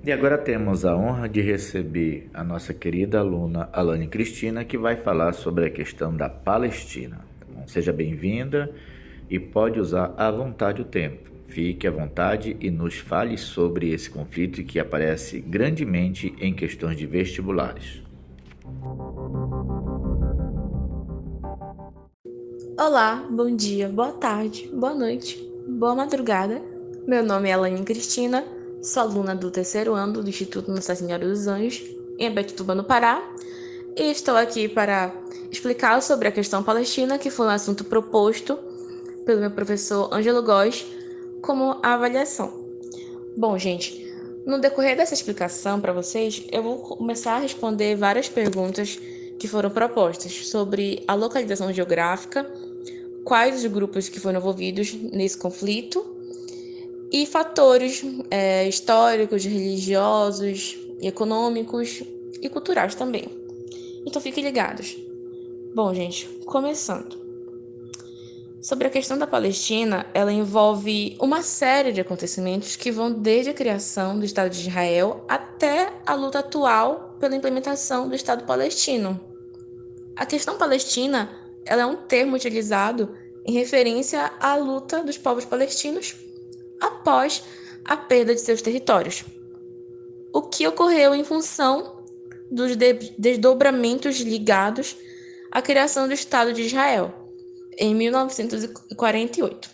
E agora temos a honra de receber a nossa querida aluna Alane Cristina, que vai falar sobre a questão da Palestina. Então, seja bem-vinda e pode usar à vontade o tempo. Fique à vontade e nos fale sobre esse conflito que aparece grandemente em questões de vestibulares. Olá, bom dia, boa tarde, boa noite, boa madrugada. Meu nome é Alane Cristina, sou aluna do terceiro ano do Instituto Nossa Senhora dos Anjos, em Abetituba, no Pará, e estou aqui para explicar sobre a questão palestina, que foi um assunto proposto pelo meu professor Ângelo Góes como avaliação. Bom, gente, no decorrer dessa explicação para vocês, eu vou começar a responder várias perguntas que foram propostas sobre a localização geográfica, quais os grupos que foram envolvidos nesse conflito e fatores históricos, religiosos, econômicos e culturais também. Então fiquem ligados. Bom, gente, começando. Sobre a questão da Palestina, ela envolve uma série de acontecimentos que vão desde a criação do Estado de Israel até a luta atual pela implementação do Estado palestino. A questão palestina, ela é um termo utilizado em referência à luta dos povos palestinos após a perda de seus territórios, o que ocorreu em função dos desdobramentos ligados à criação do Estado de Israel, em 1948.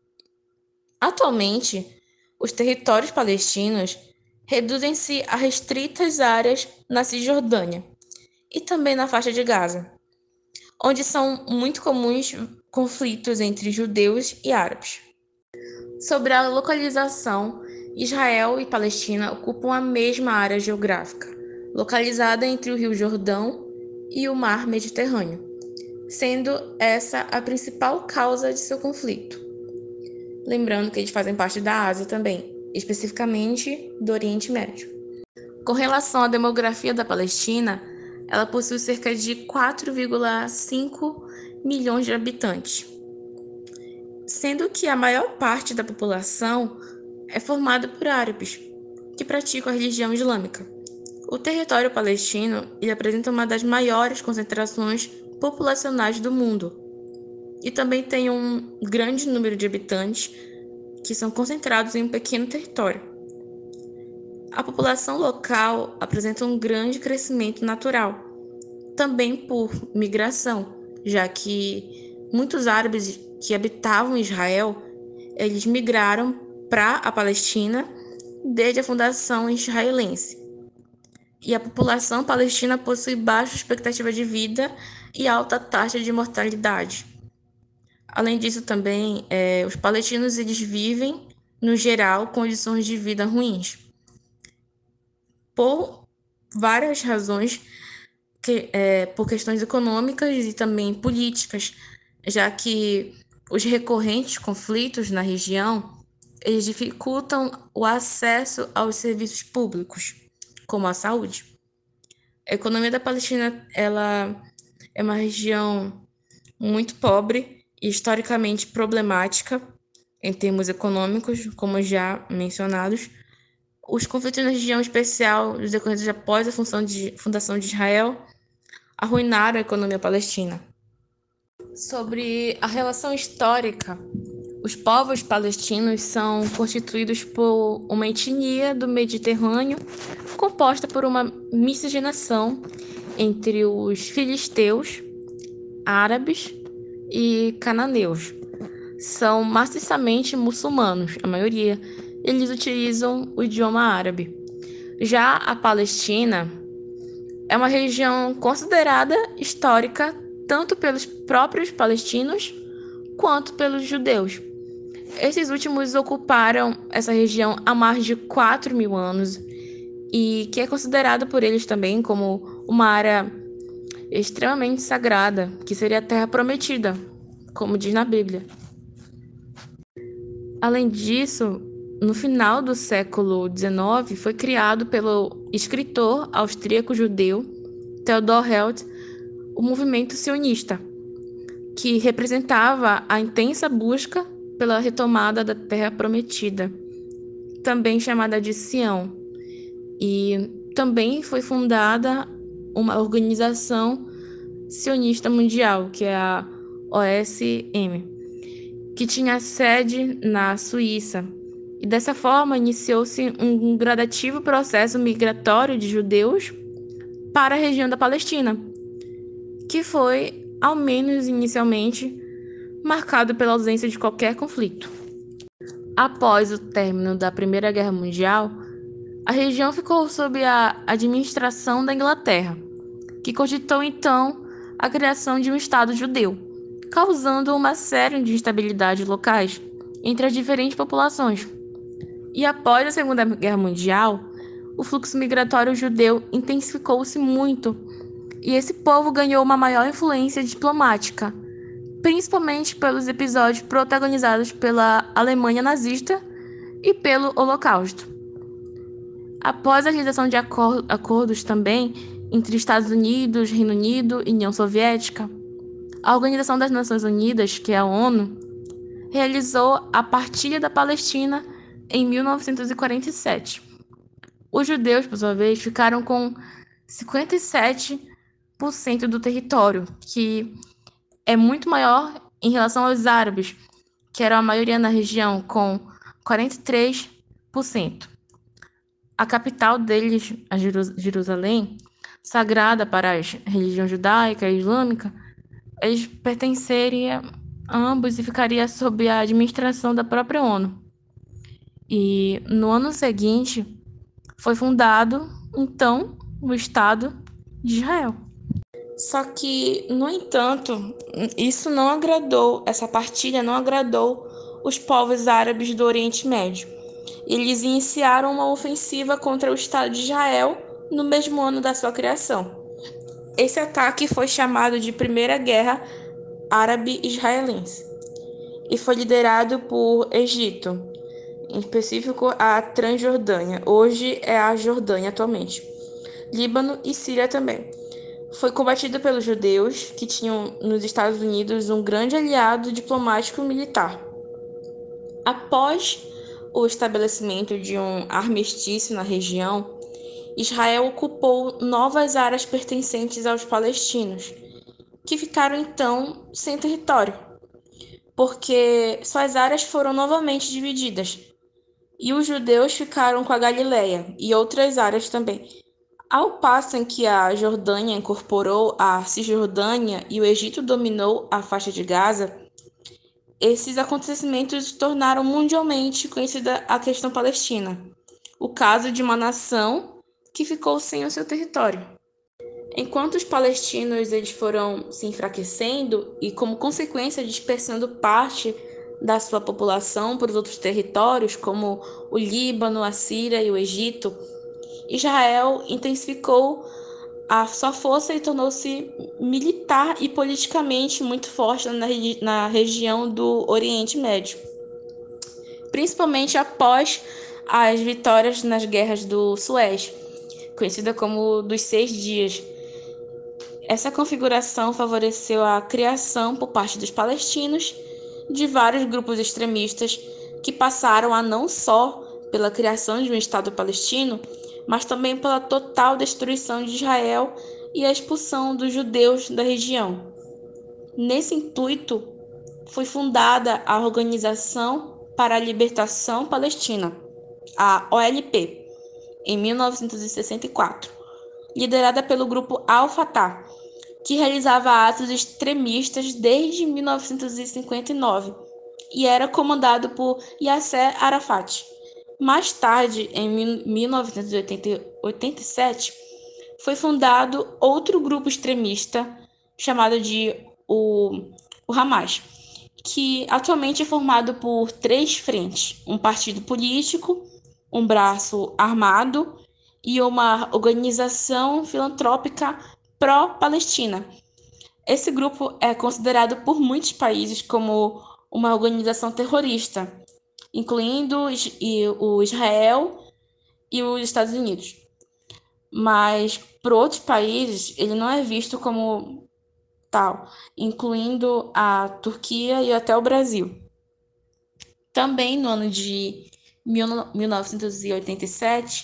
Atualmente, os territórios palestinos reduzem-se a restritas áreas na Cisjordânia e também na faixa de Gaza, onde são muito comuns conflitos entre judeus e árabes. Sobre a localização, Israel e Palestina ocupam a mesma área geográfica, localizada entre o Rio Jordão e o Mar Mediterrâneo, sendo essa a principal causa de seu conflito. Lembrando que eles fazem parte da Ásia também, especificamente do Oriente Médio. Com relação à demografia da Palestina, ela possui cerca de 4,5 milhões de habitantes, sendo que a maior parte da população é formada por árabes, que praticam a religião islâmica. O território palestino apresenta uma das maiores concentrações populacionais do mundo e também tem um grande número de habitantes que são concentrados em um pequeno território. A população local apresenta um grande crescimento natural, também por migração, já que muitos árabes que habitavam Israel, eles migraram para a Palestina desde a fundação israelense. E a população palestina possui baixa expectativa de vida e alta taxa de mortalidade. Além disso, também, os palestinos eles vivem, no geral, condições de vida ruins, por várias razões, por questões econômicas e também políticas, já que os recorrentes conflitos na região eles dificultam o acesso aos serviços públicos, como a saúde. A economia da Palestina ela é uma região muito pobre e historicamente problemática em termos econômicos, como já mencionados. Os conflitos na região, em especial os decorrentes após a fundação de Israel, arruinaram a economia palestina. Sobre a relação histórica, os povos palestinos são constituídos por uma etnia do Mediterrâneo composta por uma miscigenação entre os filisteus, árabes e cananeus. São maciçamente muçulmanos, a maioria. Eles utilizam o idioma árabe. Já a Palestina é uma região considerada histórica tanto pelos próprios palestinos quanto pelos judeus. Esses últimos ocuparam essa região há mais de 4.000 anos e que é considerada por eles também como uma área extremamente sagrada, que seria a Terra Prometida, como diz na Bíblia. Além disso, no final do século XIX, foi criado pelo escritor austríaco judeu Theodor Herzl o movimento sionista, que representava a intensa busca pela retomada da Terra Prometida, também chamada de Sião, E também foi fundada uma organização sionista mundial, que é a OSM, que tinha sede na Suíça. E dessa forma iniciou-se um gradativo processo migratório de judeus para a região da Palestina, que foi, ao menos inicialmente, marcado pela ausência de qualquer conflito. Após o término da Primeira Guerra Mundial, a região ficou sob a administração da Inglaterra, que cogitou então a criação de um Estado judeu, causando uma série de instabilidades locais entre as diferentes populações. E após a Segunda Guerra Mundial, o fluxo migratório judeu intensificou-se muito, e esse povo ganhou uma maior influência diplomática, principalmente pelos episódios protagonizados pela Alemanha nazista e pelo Holocausto. Após a realização de acordos também entre Estados Unidos, Reino Unido e União Soviética, a Organização das Nações Unidas, que é a ONU, realizou a partilha da Palestina em 1947. Os judeus, por sua vez, ficaram com 57% do território, que é muito maior em relação aos árabes, que eram a maioria na região, com 43%. A capital deles, a Jerusalém, sagrada para a religião judaica e islâmica, eles pertenceriam a ambos e ficaria sob a administração da própria ONU. E no ano seguinte foi fundado, então, o Estado de Israel. Só que, no entanto, essa partilha não agradou os povos árabes do Oriente Médio. Eles iniciaram uma ofensiva contra o Estado de Israel no mesmo ano da sua criação. Esse ataque foi chamado de Primeira Guerra Árabe-Israelense e foi liderado por Egito, em específico a Transjordânia, hoje é a Jordânia atualmente, Líbano e Síria também. Foi combatido pelos judeus, que tinham nos Estados Unidos um grande aliado diplomático e militar. Após o estabelecimento de um armistício na região, Israel ocupou novas áreas pertencentes aos palestinos, que ficaram então sem território, porque suas áreas foram novamente divididas, e os judeus ficaram com a Galileia e outras áreas também. Ao passo em que a Jordânia incorporou a Cisjordânia e o Egito dominou a faixa de Gaza, esses acontecimentos tornaram mundialmente conhecida a questão palestina, o caso de uma nação que ficou sem o seu território. Enquanto os palestinos eles foram se enfraquecendo e, como consequência, dispersando parte da sua população para os outros territórios, como o Líbano, a Síria e o Egito, Israel intensificou a sua força e tornou-se militar e politicamente muito forte na região do Oriente Médio, principalmente após as vitórias nas guerras do Suez, conhecida como dos 6 dias. Essa configuração favoreceu a criação por parte dos palestinos de vários grupos extremistas que passaram a não só pela criação de um Estado palestino, mas também pela total destruição de Israel e a expulsão dos judeus da região. Nesse intuito, foi fundada a Organização para a Libertação Palestina, a OLP, em 1964, liderada pelo grupo Al-Fatah, que realizava atos extremistas desde 1959 e era comandado por Yasser Arafat. Mais tarde, em 1987, foi fundado outro grupo extremista chamado de o Hamas, que atualmente é formado por 3 frentes: um partido político, um braço armado e uma organização filantrópica pró-Palestina. Esse grupo é considerado por muitos países como uma organização terrorista, incluindo o Israel e os Estados Unidos. Mas, por outros países, ele não é visto como tal, incluindo a Turquia e até o Brasil. Também no ano de 1987,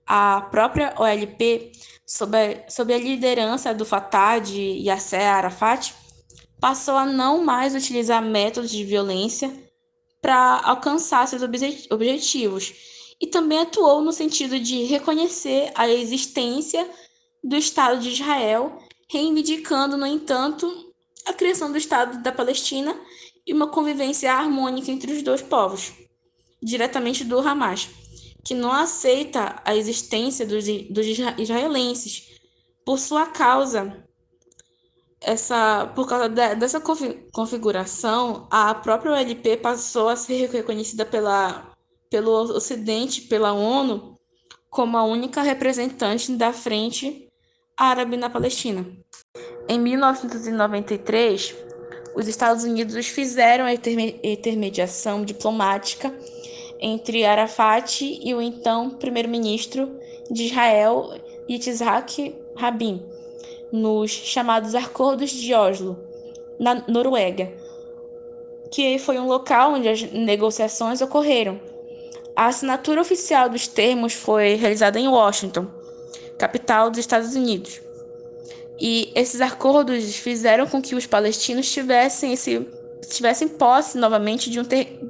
a própria OLP, sob a liderança do Fatah de Yasser Arafat, passou a não mais utilizar métodos de violência para alcançar seus objetivos, e também atuou no sentido de reconhecer a existência do Estado de Israel, reivindicando, no entanto, a criação do Estado da Palestina e uma convivência harmônica entre os dois povos, diretamente do Hamas, que não aceita a existência dos israelenses. Por sua causa, por causa dessa configuração, a própria OLP passou a ser reconhecida pelo Ocidente, pela ONU, como a única representante da Frente Árabe na Palestina. Em 1993, os Estados Unidos fizeram a intermediação diplomática entre Arafat e o então primeiro-ministro de Israel, Yitzhak Rabin, nos chamados Acordos de Oslo, na Noruega, que foi um local onde as negociações ocorreram. A assinatura oficial dos termos foi realizada em Washington, capital dos Estados Unidos. E esses acordos fizeram com que os palestinos tivessem posse novamente de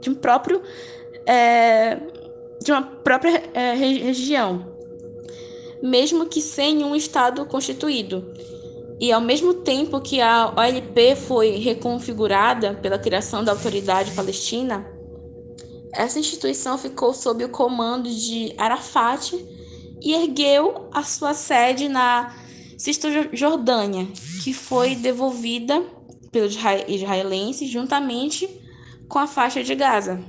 uma própria região, mesmo que sem um Estado constituído. E ao mesmo tempo que a OLP foi reconfigurada pela criação da Autoridade Palestina, essa instituição ficou sob o comando de Arafat e ergueu a sua sede na Cisjordânia, que foi devolvida pelos israelenses juntamente com a faixa de Gaza.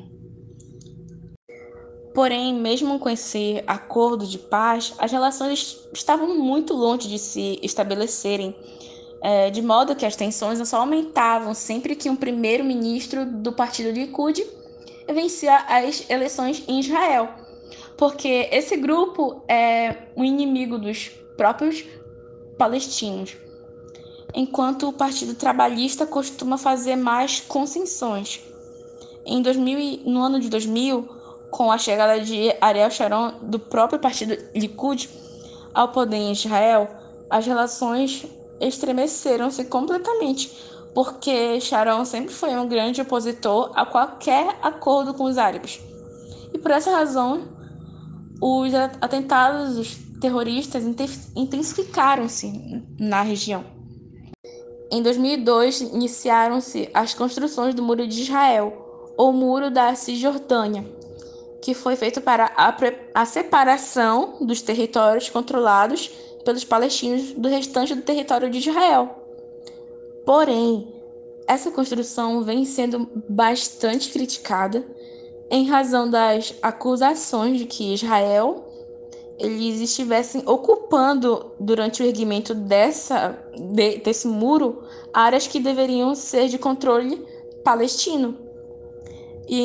Porém, mesmo com esse acordo de paz, as relações estavam muito longe de se estabelecerem, de modo que as tensões só aumentavam sempre que um primeiro-ministro do partido Likud vencia as eleições em Israel, porque esse grupo é um inimigo dos próprios palestinos, enquanto o Partido Trabalhista costuma fazer mais concessões. No ano de 2000, com a chegada de Ariel Sharon do próprio partido Likud ao poder em Israel, as relações estremeceram-se completamente, porque Sharon sempre foi um grande opositor a qualquer acordo com os árabes. E por essa razão, os atentados terroristas intensificaram-se na região. Em 2002, iniciaram-se as construções do Muro de Israel, ou Muro da Cisjordânia, que foi feito para a separação dos territórios controlados pelos palestinos do restante do território de Israel. Porém, essa construção vem sendo bastante criticada em razão das acusações de que Israel eles estivessem ocupando, durante o erguimento desse muro, áreas que deveriam ser de controle palestino. E em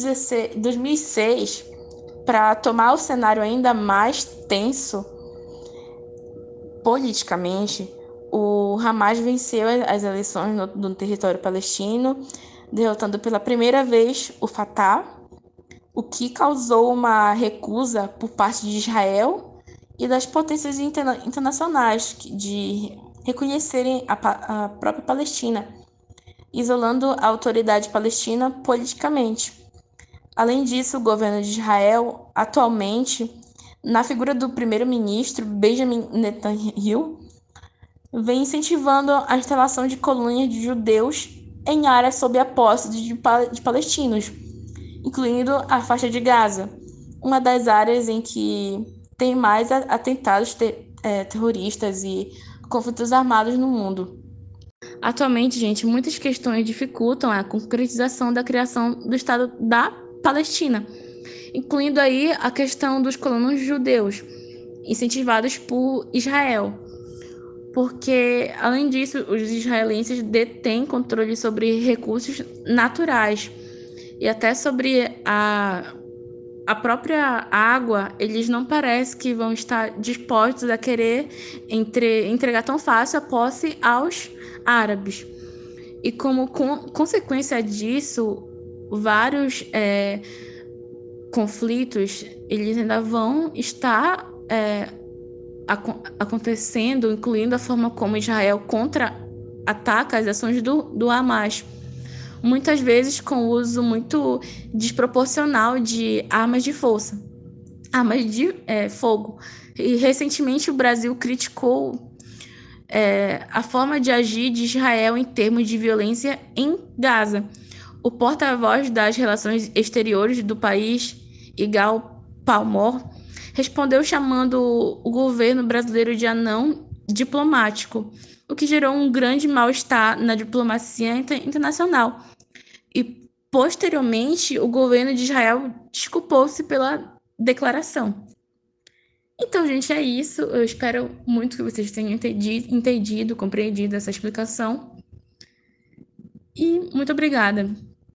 2006, para tomar o cenário ainda mais tenso politicamente, o Hamas venceu as eleições no território palestino, derrotando pela primeira vez o Fatah, o que causou uma recusa por parte de Israel e das potências internacionais de reconhecerem a própria Palestina, isolando a autoridade palestina politicamente. Além disso, o governo de Israel, atualmente, na figura do primeiro-ministro Benjamin Netanyahu, vem incentivando a instalação de colônias de judeus em áreas sob a posse de palestinos, incluindo a faixa de Gaza, uma das áreas em que tem mais atentados terroristas e conflitos armados no mundo. Atualmente, gente, muitas questões dificultam a concretização da criação do Estado da Palestina, incluindo aí a questão dos colonos judeus, incentivados por Israel, porque, além disso, os israelenses detêm controle sobre recursos naturais e até sobre a própria água. Eles não parece que vão estar dispostos a querer entregar tão fácil a posse aos árabes. E como consequência disso, vários conflitos eles ainda vão estar acontecendo, incluindo a forma como Israel contra-ataca as ações do Hamas, muitas vezes com o uso muito desproporcional de armas de força, armas de fogo. E recentemente o Brasil criticou a forma de agir de Israel em termos de violência em Gaza. O porta-voz das relações exteriores do país, Igal Palmor, respondeu chamando o governo brasileiro de anão diplomático, o que gerou um grande mal-estar na diplomacia internacional. E, posteriormente, o governo de Israel desculpou-se pela declaração. Então, gente, é isso. Eu espero muito que vocês tenham entendido, compreendido essa explicação. E muito obrigada.